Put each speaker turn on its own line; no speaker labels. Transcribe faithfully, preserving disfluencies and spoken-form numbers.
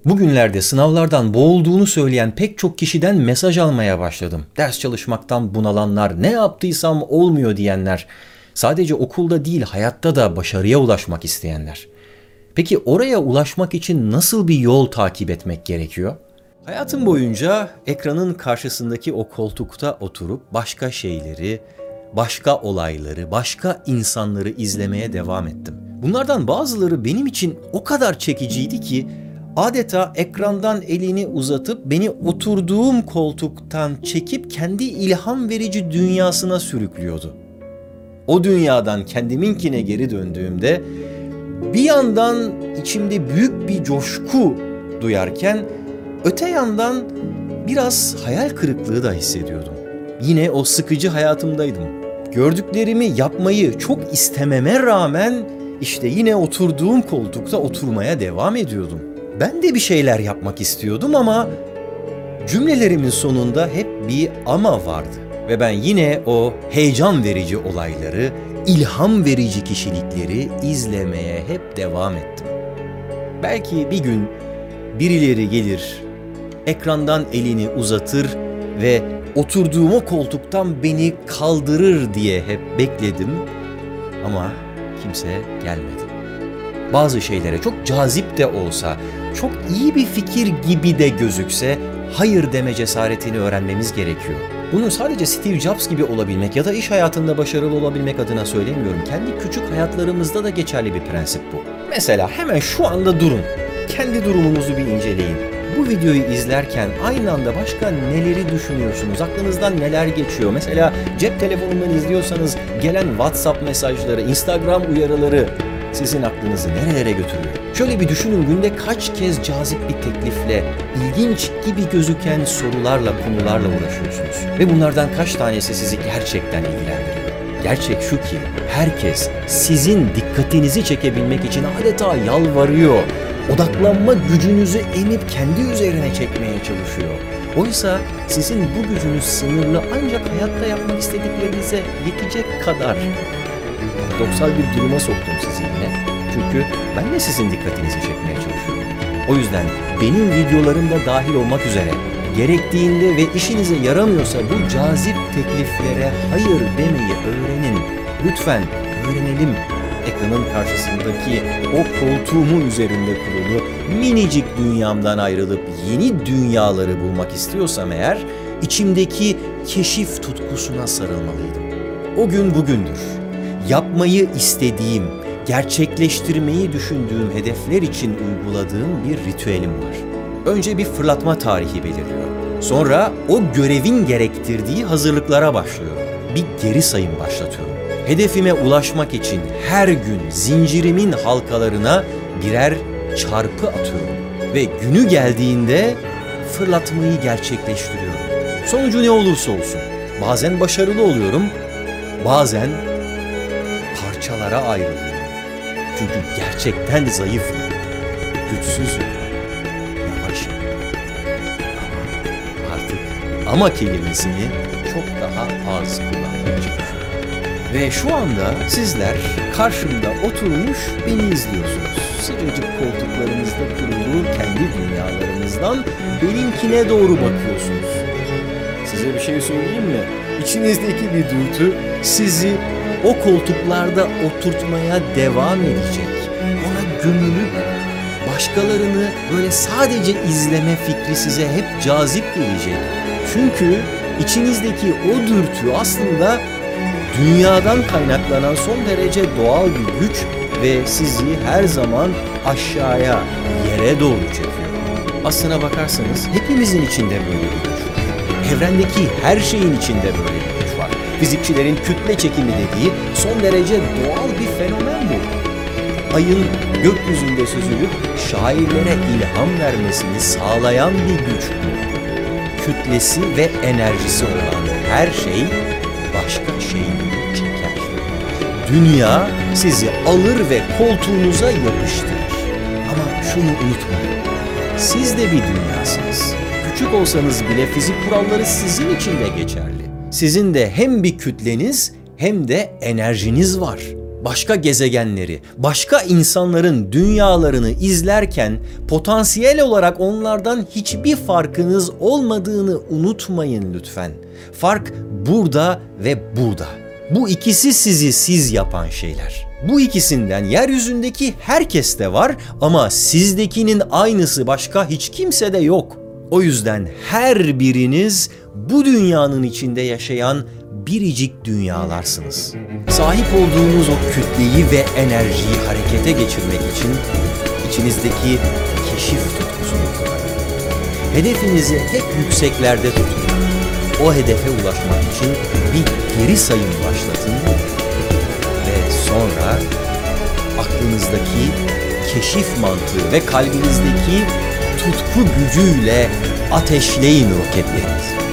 Bugünlerde sınavlardan boğulduğunu söyleyen pek çok kişiden mesaj almaya başladım. Ders çalışmaktan bunalanlar, ne yaptıysam olmuyor diyenler, sadece okulda değil hayatta da başarıya ulaşmak isteyenler. Peki oraya ulaşmak için nasıl bir yol takip etmek gerekiyor? Hayatım boyunca ekranın karşısındaki o koltukta oturup başka şeyleri, başka olayları, başka insanları izlemeye devam ettim. Bunlardan bazıları benim için o kadar çekiciydi ki adeta ekrandan elini uzatıp beni oturduğum koltuktan çekip kendi ilham verici dünyasına sürüklüyordu. O dünyadan kendiminkine geri döndüğümde bir yandan içimde büyük bir coşku duyarken öte yandan biraz hayal kırıklığı da hissediyordum. Yine o sıkıcı hayatımdaydım. Gördüklerimi yapmayı çok istememe rağmen işte yine oturduğum koltukta oturmaya devam ediyordum. Ben de bir şeyler yapmak istiyordum ama cümlelerimin sonunda hep bir ama vardı. Ve ben yine o heyecan verici olayları, ilham verici kişilikleri izlemeye hep devam ettim. Belki bir gün birileri gelir, ekrandan elini uzatır ve oturduğum o koltuktan beni kaldırır diye hep bekledim ama kimse gelmedi. Bazı şeylere çok cazip de olsa, çok iyi bir fikir gibi de gözükse hayır deme cesaretini öğrenmemiz gerekiyor. Bunu sadece Steve Jobs gibi olabilmek ya da iş hayatında başarılı olabilmek adına söylemiyorum. Kendi küçük hayatlarımızda da geçerli bir prensip bu. Mesela hemen şu anda durun. Kendi durumunuzu bir inceleyin. Bu videoyu izlerken aynı anda başka neleri düşünüyorsunuz? Aklınızdan neler geçiyor? Mesela cep telefonundan izliyorsanız gelen WhatsApp mesajları, Instagram uyarıları sizin aklınızı nerelere götürüyor? Şöyle bir düşünün, günde kaç kez cazip bir teklifle, ilginç gibi gözüken sorularla, konularla uğraşıyorsunuz? Ve bunlardan kaç tanesi sizi gerçekten ilgilendiriyor? Gerçek şu ki herkes sizin dikkatinizi çekebilmek için adeta yalvarıyor. Odaklanma gücünüzü emip kendi üzerine çekmeye çalışıyor. Oysa sizin bu gücünüz sınırlı, ancak hayatta yapmak istediklerinize yetecek kadar. Paradoksal bir duruma soktum sizi yine. Çünkü ben de sizin dikkatinizi çekmeye çalışıyorum. O yüzden benim videolarımda dahil olmak üzere gerektiğinde ve işinize yaramıyorsa bu cazip tekliflere hayır demeyi öğrenin. Lütfen öğrenelim. Ekranın karşısındaki o koltuğumun üzerinde kurulu minicik dünyamdan ayrılıp yeni dünyaları bulmak istiyorsam eğer, içimdeki keşif tutkusuna sarılmalıydım. O gün bugündür. Yapmayı istediğim, gerçekleştirmeyi düşündüğüm hedefler için uyguladığım bir ritüelim var. Önce bir fırlatma tarihi belirliyorum. Sonra o görevin gerektirdiği hazırlıklara başlıyorum. Bir geri sayım başlatıyorum. Hedefime ulaşmak için her gün zincirimin halkalarına birer çarpı atıyorum. Ve günü geldiğinde fırlatmayı gerçekleştiriyorum. Sonucu ne olursa olsun. Bazen başarılı oluyorum, bazen parçalara ayrılıyorum. Çünkü gerçekten zayıfım, güçsüzüm, yavaşım. Ama artık ama kelimesini çok daha az kullanmaya çalışıyorum. Ve şu anda sizler karşımda oturmuş beni izliyorsunuz. Sıcacık koltuklarınızda kurulu kendi dünyalarınızdan benimkine doğru bakıyorsunuz. Size bir şey söyleyeyim mi? İçinizdeki bir dürtü sizi o koltuklarda oturtmaya devam edecek. Ona gömülüp başkalarını böyle sadece izleme fikri size hep cazip gelecek. Çünkü içinizdeki o dürtü aslında dünyadan kaynaklanan son derece doğal bir güç ve sizi her zaman aşağıya, yere doğru çekiyor. Aslına bakarsanız hepimizin içinde böyle bir güç var. Evrendeki her şeyin içinde böyle bir güç var. Fizikçilerin kütle çekimi dediği son derece doğal bir fenomen bu. Ayın gökyüzünde süzülüp şairlere ilham vermesini sağlayan bir güç bu. Kütlesi ve enerjisi olan her şey başka şeyleri çeker. Dünya sizi alır ve koltuğunuza yapıştırır. Ama şunu unutmayın. Siz de bir dünyasınız. Küçük olsanız bile fizik kuralları sizin için de geçerli. Sizin de hem bir kütleniz hem de enerjiniz var. başka gezegenleri, başka insanların dünyalarını izlerken potansiyel olarak onlardan hiçbir farkınız olmadığını unutmayın lütfen. Fark burada ve burada. Bu ikisi sizi siz yapan şeyler. Bu ikisinden yeryüzündeki herkeste var ama sizdekinin aynısı başka hiç kimsede yok. O yüzden her biriniz bu dünyanın içinde yaşayan biricik dünyalarsınız. Sahip olduğunuz o kütleyi ve enerjiyi harekete geçirmek için içinizdeki keşif tutkusunu kullanın. Hedefinizi hep yükseklerde tutun. O hedefe ulaşmak için bir geri sayım başlatın ve sonra aklınızdaki keşif mantığı ve kalbinizdeki tutku gücüyle ateşleyin roketlerinizi.